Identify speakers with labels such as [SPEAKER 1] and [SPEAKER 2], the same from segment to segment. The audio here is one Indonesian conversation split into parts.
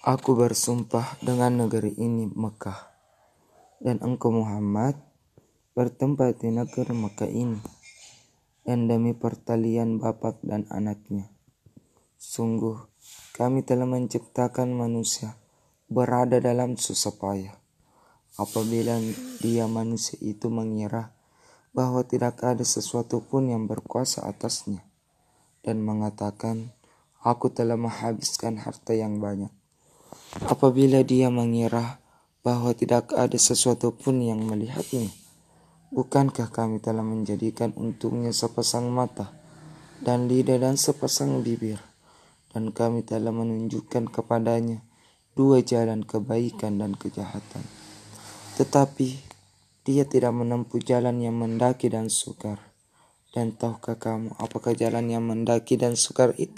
[SPEAKER 1] Aku bersumpah dengan negeri ini Mekah, dan engkau Muhammad bertempat di negeri Mekah ini, dan demi pertalian bapak dan anaknya. Sungguh kami telah menciptakan manusia berada dalam susah payah. Apabila dia manusia itu mengira bahwa tidak ada sesuatu pun yang berkuasa atasnya, dan mengatakan, aku telah menghabiskan harta yang banyak. Apabila dia mengira bahwa tidak ada sesuatu pun yang melihatnya, bukankah kami telah menjadikan untuknya sepasang mata dan lidah dan sepasang bibir, dan kami telah menunjukkan kepadanya dua jalan kebaikan dan kejahatan. Tetapi dia tidak menempuh jalan yang mendaki dan sukar. Dan tahukah kamu apakah jalan yang mendaki dan sukar itu?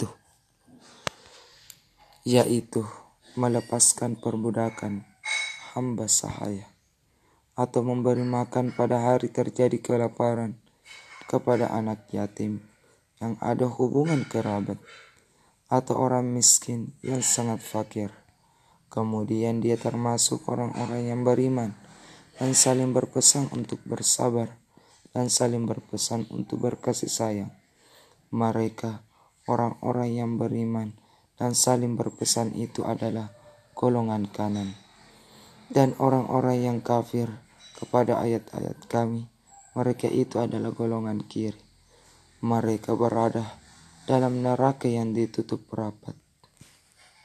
[SPEAKER 1] Yaitu melepaskan perbudakan hamba sahaya, atau memberi makan pada hari terjadi kelaparan kepada anak yatim yang ada hubungan kerabat, atau orang miskin yang sangat fakir. Kemudian dia termasuk orang-orang yang beriman dan saling berpesan untuk bersabar dan saling berpesan untuk berkasih sayang. Mereka orang-orang yang beriman dan saling berpesan itu adalah golongan kanan. Dan orang-orang yang kafir kepada ayat-ayat kami, mereka itu adalah golongan kiri. Mereka berada dalam neraka yang ditutup rapat.